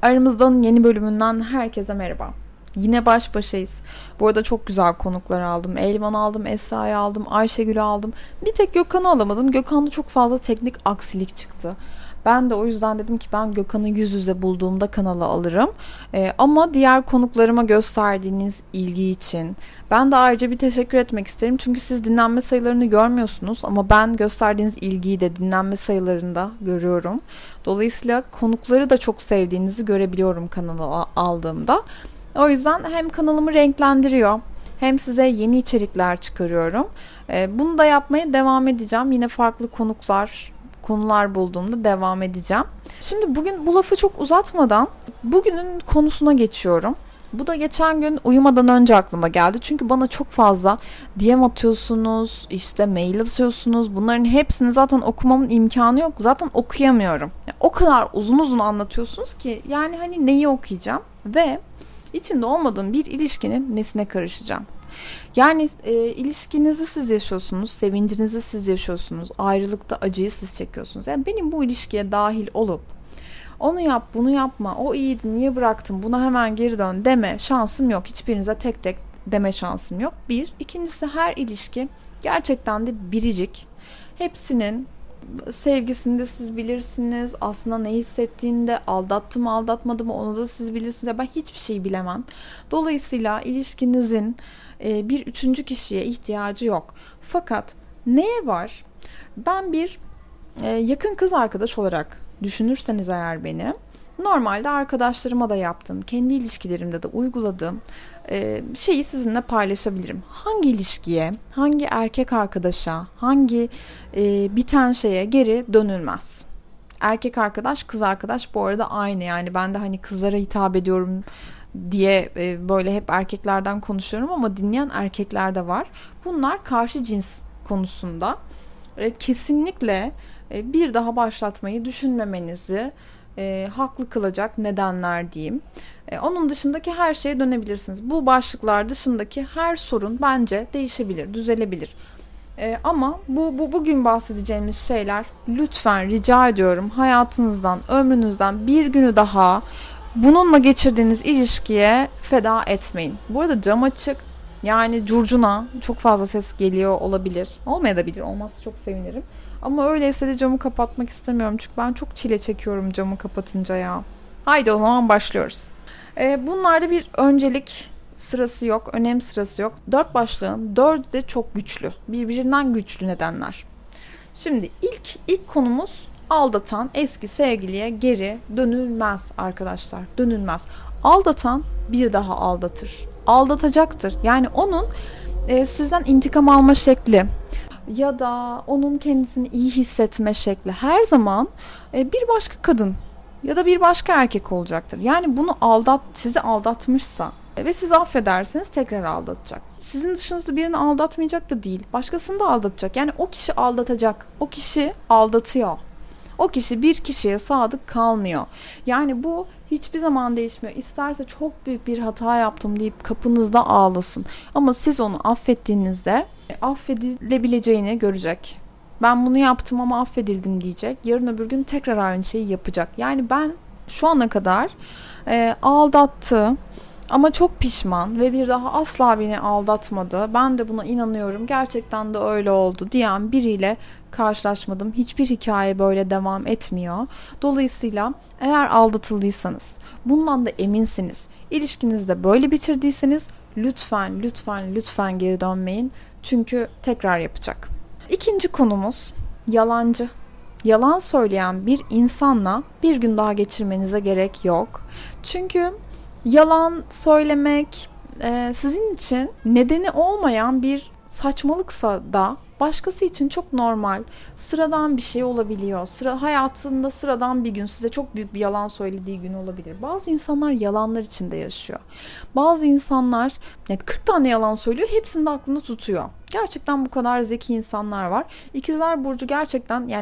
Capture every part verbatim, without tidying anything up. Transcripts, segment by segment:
Aramızdan yeni bölümünden herkese merhaba. Yine baş başayız. Bu arada çok güzel konuklar aldım. Elvan aldım, Esra'yı aldım, Ayşegül'ü aldım. Bir tek Gökhan'ı alamadım. Gökhan'da çok fazla teknik aksilik çıktı. Ben de o yüzden dedim ki ben Gökhan'ı yüz yüze bulduğumda kanala alırım. Ee, ama diğer konuklarıma gösterdiğiniz ilgi için ben de ayrıca bir teşekkür etmek isterim. Çünkü siz dinlenme sayılarını görmüyorsunuz ama ben gösterdiğiniz ilgiyi de dinlenme sayılarında görüyorum. Dolayısıyla konukları da çok sevdiğinizi görebiliyorum kanala aldığımda. O yüzden hem kanalımı renklendiriyor hem size yeni içerikler çıkarıyorum. Ee, bunu da yapmaya devam edeceğim. Yine farklı konuklar, konular bulduğumda devam edeceğim. Şimdi bugün bu lafı çok uzatmadan bugünün konusuna geçiyorum. Bu da geçen gün uyumadan önce aklıma geldi. Çünkü bana çok fazla D M atıyorsunuz, işte mail atıyorsunuz. Bunların hepsini zaten okumamın imkanı yok. Zaten okuyamıyorum. Yani o kadar uzun uzun anlatıyorsunuz ki yani hani neyi okuyacağım ve içinde olmadığım bir ilişkinin nesine karışacağım. Yani e, ilişkinizi siz yaşıyorsunuz, sevincinizi siz yaşıyorsunuz, ayrılıkta acıyı siz çekiyorsunuz. Yani benim bu ilişkiye dahil olup onu yap, bunu yapma, o iyiydi, niye bıraktın, buna hemen geri dön deme şansım yok. Hiçbirinize tek tek deme şansım yok. Bir. İkincisi, her ilişki gerçekten de biricik. Hepsinin sevgisini de siz bilirsiniz. Aslında ne hissettiğini de, aldattı mı aldatmadı mı onu da siz bilirsiniz. Ben hiçbir şey bilemem. Dolayısıyla ilişkinizin e, bir üçüncü kişiye ihtiyacı yok. Fakat neye var? Ben bir e, yakın kız arkadaş olarak düşünürseniz eğer beni, normalde arkadaşlarıma da yaptığım, kendi ilişkilerimde de uyguladığım e, şeyi sizinle paylaşabilirim. Hangi ilişkiye, hangi erkek arkadaşa, hangi e, biten şeye geri dönülmez. Erkek arkadaş, kız arkadaş bu arada aynı. Yani ben de hani kızlara hitap ediyorum diye e, böyle hep erkeklerden konuşuyorum ama dinleyen erkekler de var. Bunlar karşı cins konusunda e, kesinlikle e, bir daha başlatmayı düşünmemenizi E, haklı kılacak nedenler diyeyim. E, onun dışındaki her şeye dönebilirsiniz. Bu başlıklar dışındaki her sorun bence değişebilir, düzelebilir. E, ama bu, bu bugün bahsedeceğimiz şeyler, lütfen rica ediyorum, hayatınızdan, ömrünüzden bir günü daha bununla geçirdiğiniz ilişkiye feda etmeyin. Bu arada cam açık. Yani curcuna çok fazla ses geliyor olabilir. Olmayabilir. Olmazsa çok sevinirim. Ama öyleyse de camı kapatmak istemiyorum. Çünkü ben çok çile çekiyorum camı kapatınca ya. Haydi o zaman başlıyoruz. Ee, bunlarda bir öncelik sırası yok. Önem sırası yok. Dört başlığın dördü de çok güçlü. Birbirinden güçlü nedenler. Şimdi ilk ilk konumuz aldatan eski sevgiliye geri dönülmez arkadaşlar. Dönülmez. Aldatan bir daha aldatır. Aldatacaktır. Yani onun e, sizden intikam alma şekli ya da onun kendisini iyi hissetme şekli her zaman e, bir başka kadın ya da bir başka erkek olacaktır. Yani bunu aldat, sizi aldatmışsa ve siz affederseniz tekrar aldatacak. Sizin dışınızda birini aldatmayacak da değil. Başkasını da aldatacak. Yani o kişi aldatacak. O kişi aldatıyor. O kişi bir kişiye sadık kalmıyor. Yani bu hiçbir zaman değişmiyor. İsterse çok büyük bir hata yaptım deyip kapınızda ağlasın. Ama siz onu affettiğinizde affedilebileceğini görecek. Ben bunu yaptım ama affedildim diyecek. Yarın öbür gün tekrar aynı şeyi yapacak. Yani ben şu ana kadar e, aldattı ama çok pişman ve bir daha asla beni aldatmadı. Ben de buna inanıyorum. Gerçekten de öyle oldu diyen biriyle karşılaşmadım. Hiçbir hikaye böyle devam etmiyor. Dolayısıyla eğer aldatıldıysanız, bundan da eminsiniz, ilişkinizi de böyle bitirdiyseniz lütfen, lütfen, lütfen geri dönmeyin. Çünkü tekrar yapacak. İkinci konumuz yalancı. Yalan söyleyen bir insanla bir gün daha geçirmenize gerek yok. Çünkü yalan söylemek e, sizin için nedeni olmayan bir saçmalıksa da başkası için çok normal, sıradan bir şey olabiliyor. Sıra, hayatında sıradan bir gün size çok büyük bir yalan söylediği gün olabilir. Bazı insanlar yalanlar içinde yaşıyor. Bazı insanlar yani kırk tane yalan söylüyor, hepsini de aklında tutuyor. Gerçekten bu kadar zeki insanlar var. İkizler Burcu gerçekten yani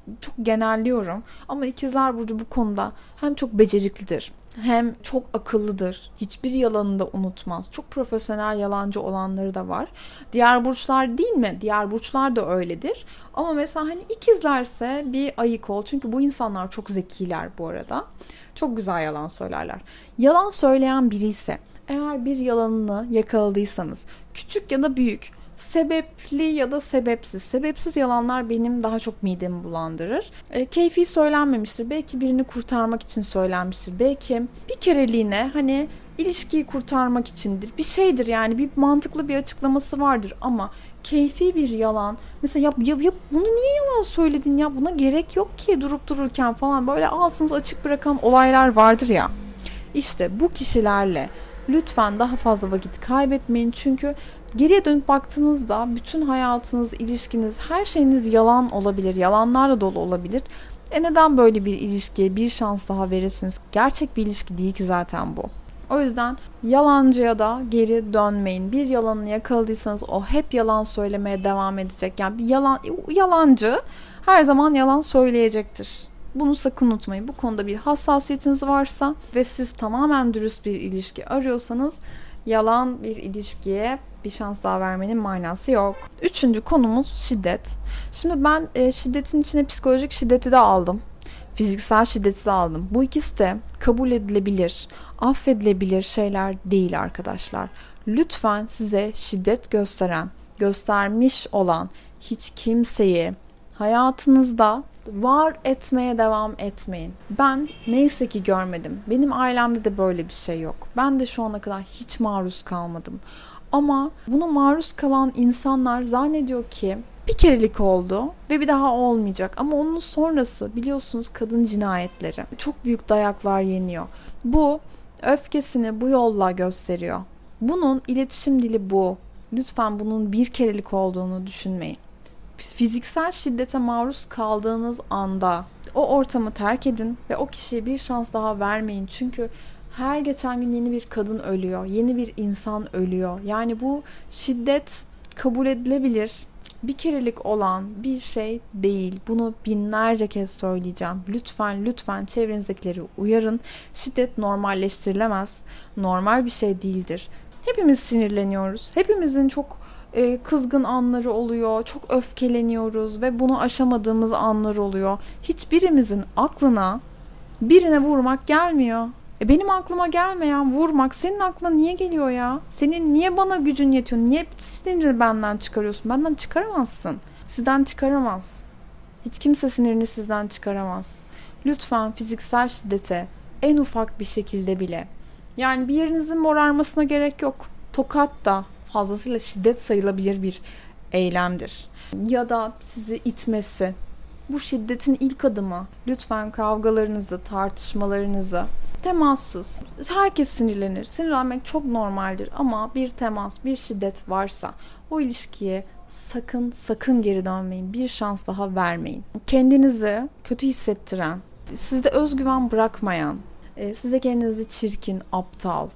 çok genelliyorum ama ikizler burcu bu konuda hem çok beceriklidir hem çok akıllıdır. Hiçbir yalanını da unutmaz. Çok profesyonel yalancı olanları da var. Diğer burçlar değil mi? Diğer burçlar da öyledir. Ama mesela hani ikizlerse bir ayık ol. Çünkü bu insanlar çok zekiler bu arada. Çok güzel yalan söylerler. Yalan söyleyen biri ise eğer bir yalanını yakaladıysanız, küçük ya da büyük, sebepli ya da sebepsiz. Sebepsiz yalanlar benim daha çok midemi bulandırır. E, keyfi söylenmemiştir. Belki birini kurtarmak için söylenmiştir. Belki bir kereliğine hani ilişkiyi kurtarmak içindir. Bir şeydir yani, bir mantıklı bir açıklaması vardır ama keyfi bir yalan. Mesela ya, ya, ya bunu niye yalan söyledin ya? Buna gerek yok ki durup dururken falan böyle ağzınızı açık bırakan olaylar vardır ya. İşte bu kişilerle lütfen daha fazla vakit kaybetmeyin. Çünkü geriye dönüp baktığınızda bütün hayatınız, ilişkiniz, her şeyiniz yalan olabilir. Yalanlarla dolu olabilir. E neden böyle bir ilişkiye bir şans daha verirsiniz? Gerçek bir ilişki değil ki zaten bu. O yüzden yalancıya da geri dönmeyin. Bir yalanını yakaladıysanız o hep yalan söylemeye devam edecek. Yani bir yalan, yalancı her zaman yalan söyleyecektir. Bunu sakın unutmayın. Bu konuda bir hassasiyetiniz varsa ve siz tamamen dürüst bir ilişki arıyorsanız yalan bir ilişkiye bir şans daha vermenin manası yok. Üçüncü konumuz şiddet. Şimdi ben e, şiddetin içine psikolojik şiddeti de aldım. Fiziksel şiddeti de aldım. Bu ikisi de kabul edilebilir, affedilebilir şeyler değil arkadaşlar. Lütfen size şiddet gösteren, göstermiş olan hiç kimseyi hayatınızda var etmeye devam etmeyin. Ben neyse ki görmedim. Benim ailemde de böyle bir şey yok. Ben de şu ana kadar hiç maruz kalmadım. Ama buna maruz kalan insanlar zannediyor ki bir kerelik oldu ve bir daha olmayacak. Ama onun sonrası biliyorsunuz kadın cinayetleri. Çok büyük dayaklar yeniyor. Bu öfkesini bu yolla gösteriyor. Bunun iletişim dili bu. Lütfen bunun bir kerelik olduğunu düşünmeyin. Fiziksel şiddete maruz kaldığınız anda o ortamı terk edin ve o kişiye bir şans daha vermeyin. Çünkü her geçen gün yeni bir kadın ölüyor, yeni bir insan ölüyor. Yani bu şiddet kabul edilebilir, bir kerelik olan bir şey değil. Bunu binlerce kez söyleyeceğim. Lütfen lütfen çevrenizdekileri uyarın. Şiddet normalleştirilemez. Normal bir şey değildir. Hepimiz sinirleniyoruz. Hepimizin çok e, kızgın anları oluyor. Çok öfkeleniyoruz ve bunu aşamadığımız anlar oluyor. Hiçbirimizin aklına birine vurmak gelmiyor. E benim aklıma gelmeyen vurmak senin aklına niye geliyor ya? Senin niye bana gücün yetiyor? Niye sinirini benden çıkarıyorsun? Benden çıkaramazsın. Sizden çıkaramaz. Hiç kimse sinirini sizden çıkaramaz. Lütfen fiziksel şiddete en ufak bir şekilde bile. Yani bir yerinizin morarmasına gerek yok. Tokat da fazlasıyla şiddet sayılabilir bir eylemdir. Ya da sizi itmesi. Bu şiddetin ilk adımı. Lütfen kavgalarınızı, tartışmalarınızı temassız. Herkes sinirlenir. Sinirlenmek çok normaldir ama bir temas, bir şiddet varsa o ilişkiye sakın sakın geri dönmeyin. Bir şans daha vermeyin. Kendinizi kötü hissettiren, sizde özgüven bırakmayan, size kendinizi çirkin, aptal,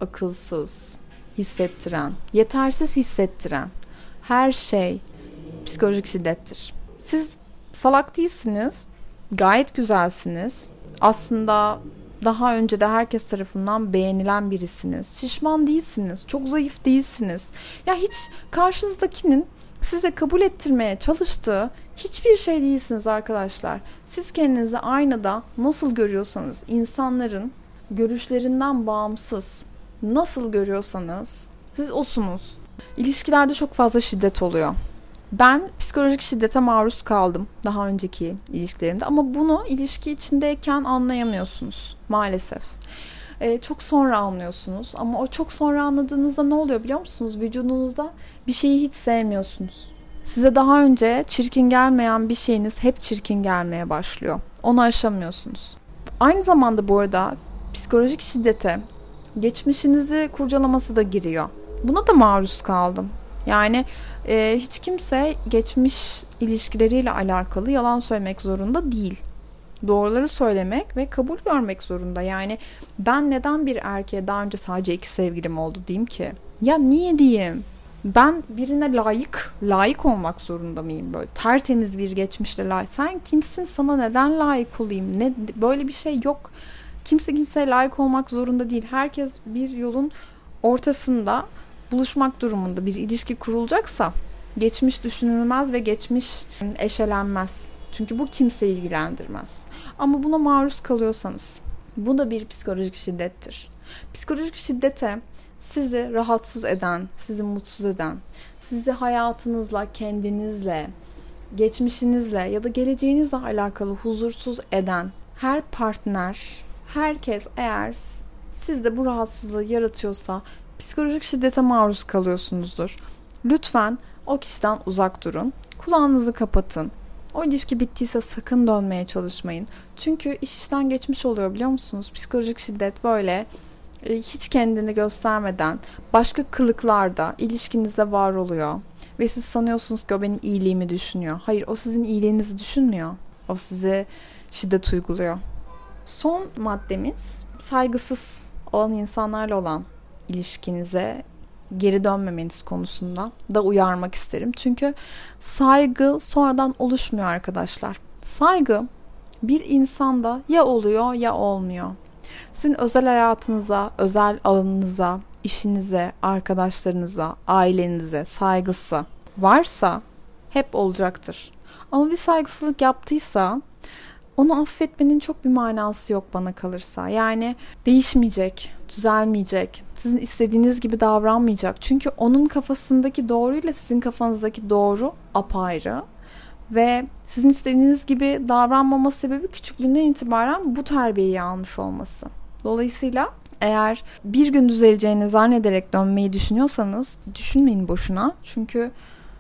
akılsız hissettiren, yetersiz hissettiren her şey psikolojik şiddettir. Siz salak değilsiniz, gayet güzelsiniz. Aslında daha önce de herkes tarafından beğenilen birisiniz. Şişman değilsiniz, çok zayıf değilsiniz. Ya hiç karşınızdakinin size kabul ettirmeye çalıştığı hiçbir şey değilsiniz arkadaşlar. Siz kendinizi aynada nasıl görüyorsanız, insanların görüşlerinden bağımsız nasıl görüyorsanız siz osunuz. İlişkilerde çok fazla şiddet oluyor. Ben psikolojik şiddete maruz kaldım daha önceki ilişkilerimde ama bunu ilişki içindeyken anlayamıyorsunuz maalesef. Ee, çok sonra anlıyorsunuz ama o çok sonra anladığınızda ne oluyor biliyor musunuz? Vücudunuzda bir şeyi hiç sevmiyorsunuz. Size daha önce çirkin gelmeyen bir şeyiniz hep çirkin gelmeye başlıyor. Onu aşamıyorsunuz. Aynı zamanda bu arada psikolojik şiddete geçmişinizi kurcalaması da giriyor. Buna da maruz kaldım. Yani e, hiç kimse geçmiş ilişkileriyle alakalı yalan söylemek zorunda değil. Doğruları söylemek ve kabul görmek zorunda. Yani ben neden bir erkeğe daha önce sadece iki sevgilim oldu diyeyim ki? Ya niye diyeyim? Ben birine layık, layık olmak zorunda mıyım böyle? Tertemiz bir geçmişle layık. Sen kimsin, sana neden layık olayım? Ne, böyle bir şey yok. Kimse kimseye layık olmak zorunda değil. Herkes bir yolun ortasında buluşmak durumunda. Bir ilişki kurulacaksa geçmiş düşünülmez ve geçmiş eşelenmez. Çünkü bu kimseyi ilgilendirmez. Ama buna maruz kalıyorsanız, bu da bir psikolojik şiddettir. Psikolojik şiddete sizi rahatsız eden, sizi mutsuz eden, sizi hayatınızla, kendinizle, geçmişinizle ya da geleceğinizle alakalı huzursuz eden her partner, herkes eğer sizde bu rahatsızlığı yaratıyorsa psikolojik şiddete maruz kalıyorsunuzdur. Lütfen o kişiden uzak durun. Kulağınızı kapatın. O ilişki bittiyse sakın dönmeye çalışmayın. Çünkü iş işten geçmiş oluyor, biliyor musunuz? Psikolojik şiddet böyle hiç kendini göstermeden başka kılıklarda ilişkinizde var oluyor. Ve siz sanıyorsunuz ki o benim iyiliğimi düşünüyor. Hayır, o sizin iyiliğinizi düşünmüyor. O size şiddet uyguluyor. Son maddemiz, saygısız olan insanlarla olan ilişkinize geri dönmemeniz konusunda da uyarmak isterim. Çünkü saygı sonradan oluşmuyor arkadaşlar. Saygı bir insanda ya oluyor ya olmuyor. Sizin özel hayatınıza, özel alanınıza, işinize, arkadaşlarınıza, ailenize saygısı varsa hep olacaktır. Ama bir saygısızlık yaptıysa onu affetmenin çok bir manası yok bana kalırsa. Yani değişmeyecek, düzelmeyecek, sizin istediğiniz gibi davranmayacak. Çünkü onun kafasındaki doğruyla sizin kafanızdaki doğru apayrı. Ve sizin istediğiniz gibi davranmama sebebi küçüklüğünden itibaren bu terbiyeyi almış olması. Dolayısıyla eğer bir gün düzeleceğini zannederek dönmeyi düşünüyorsanız düşünmeyin boşuna. Çünkü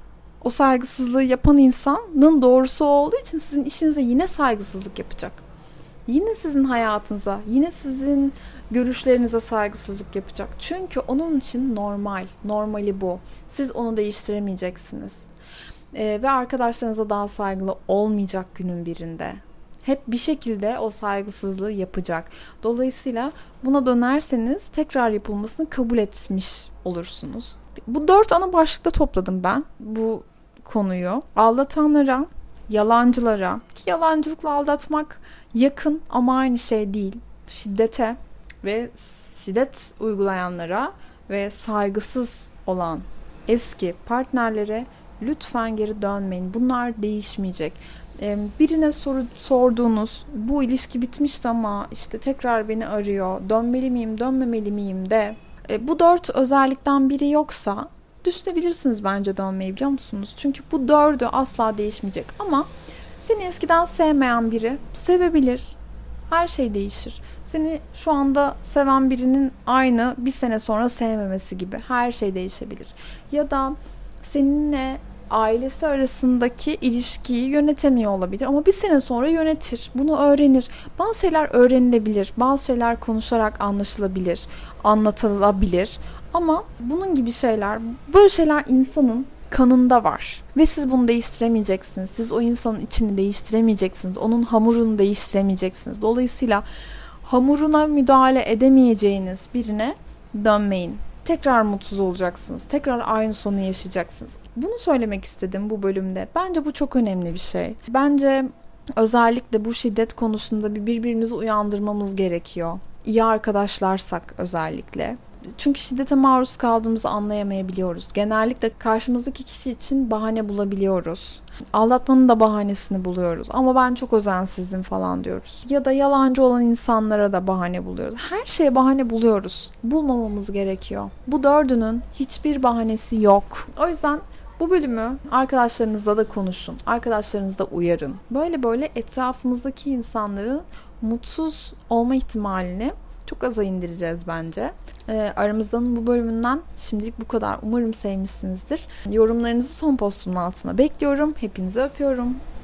o saygısızlığı yapan insanın doğrusu olduğu için sizin işinize yine saygısızlık yapacak. Yine sizin hayatınıza, yine sizin görüşlerinize saygısızlık yapacak. Çünkü onun için normal, normali bu. Siz onu değiştiremeyeceksiniz. Ee, ve arkadaşlarınıza daha saygılı olmayacak günün birinde. Hep bir şekilde o saygısızlığı yapacak. Dolayısıyla buna dönerseniz tekrar yapılmasını kabul etmiş olursunuz. Bu dört ana başlıkta topladım ben bu konuyu. Aldatanlara, yalancılara, ki yalancılıkla aldatmak yakın ama aynı şey değil. Şiddete ve şiddet uygulayanlara ve saygısız olan eski partnerlere lütfen geri dönmeyin. Bunlar değişmeyecek. Birine soru, sorduğunuz bu ilişki bitmişti ama işte tekrar beni arıyor. Dönmeli miyim, dönmemeli miyim de. E, bu dört özellikten biri yoksa düşünebilirsiniz bence dönmeyi, biliyor musunuz? Çünkü bu dördü asla değişmeyecek. Ama seni eskiden sevmeyen biri sevebilir. Her şey değişir. Seni şu anda seven birinin aynı bir sene sonra sevmemesi gibi. Her şey değişebilir. Ya da seninle ailesi arasındaki ilişkiyi yönetemiyor olabilir ama bir sene sonra yönetir. Bunu öğrenir. Bazı şeyler öğrenilebilir. Bazı şeyler konuşarak anlaşılabilir, anlatılabilir. Ama bunun gibi şeyler, böyle şeyler insanın kanında var. Ve siz bunu değiştiremeyeceksiniz. Siz o insanın içini değiştiremeyeceksiniz. Onun hamurunu değiştiremeyeceksiniz. Dolayısıyla hamuruna müdahale edemeyeceğiniz birine dönmeyin. Tekrar mutsuz olacaksınız. Tekrar aynı sonu yaşayacaksınız. Bunu söylemek istedim bu bölümde. Bence bu çok önemli bir şey. Bence özellikle bu şiddet konusunda bir birbirimizi uyandırmamız gerekiyor. İyi arkadaşlarsak özellikle. Çünkü şiddete maruz kaldığımızı anlayamayabiliyoruz. Genellikle karşımızdaki kişi için bahane bulabiliyoruz. Aldatmanın da bahanesini buluyoruz. Ama ben çok özensizdim falan diyoruz. Ya da yalancı olan insanlara da bahane buluyoruz. Her şeye bahane buluyoruz. Bulmamamız gerekiyor. Bu dördünün hiçbir bahanesi yok. O yüzden bu bölümü arkadaşlarınızla da konuşun. Arkadaşlarınızla uyarın. Böyle böyle etrafımızdaki insanların mutsuz olma ihtimalini çok aza indireceğiz bence. Ee, aramızdan bu bölümünden şimdilik bu kadar. Umarım sevmişsinizdir. Yorumlarınızı son postumun altına bekliyorum. Hepinizi öpüyorum.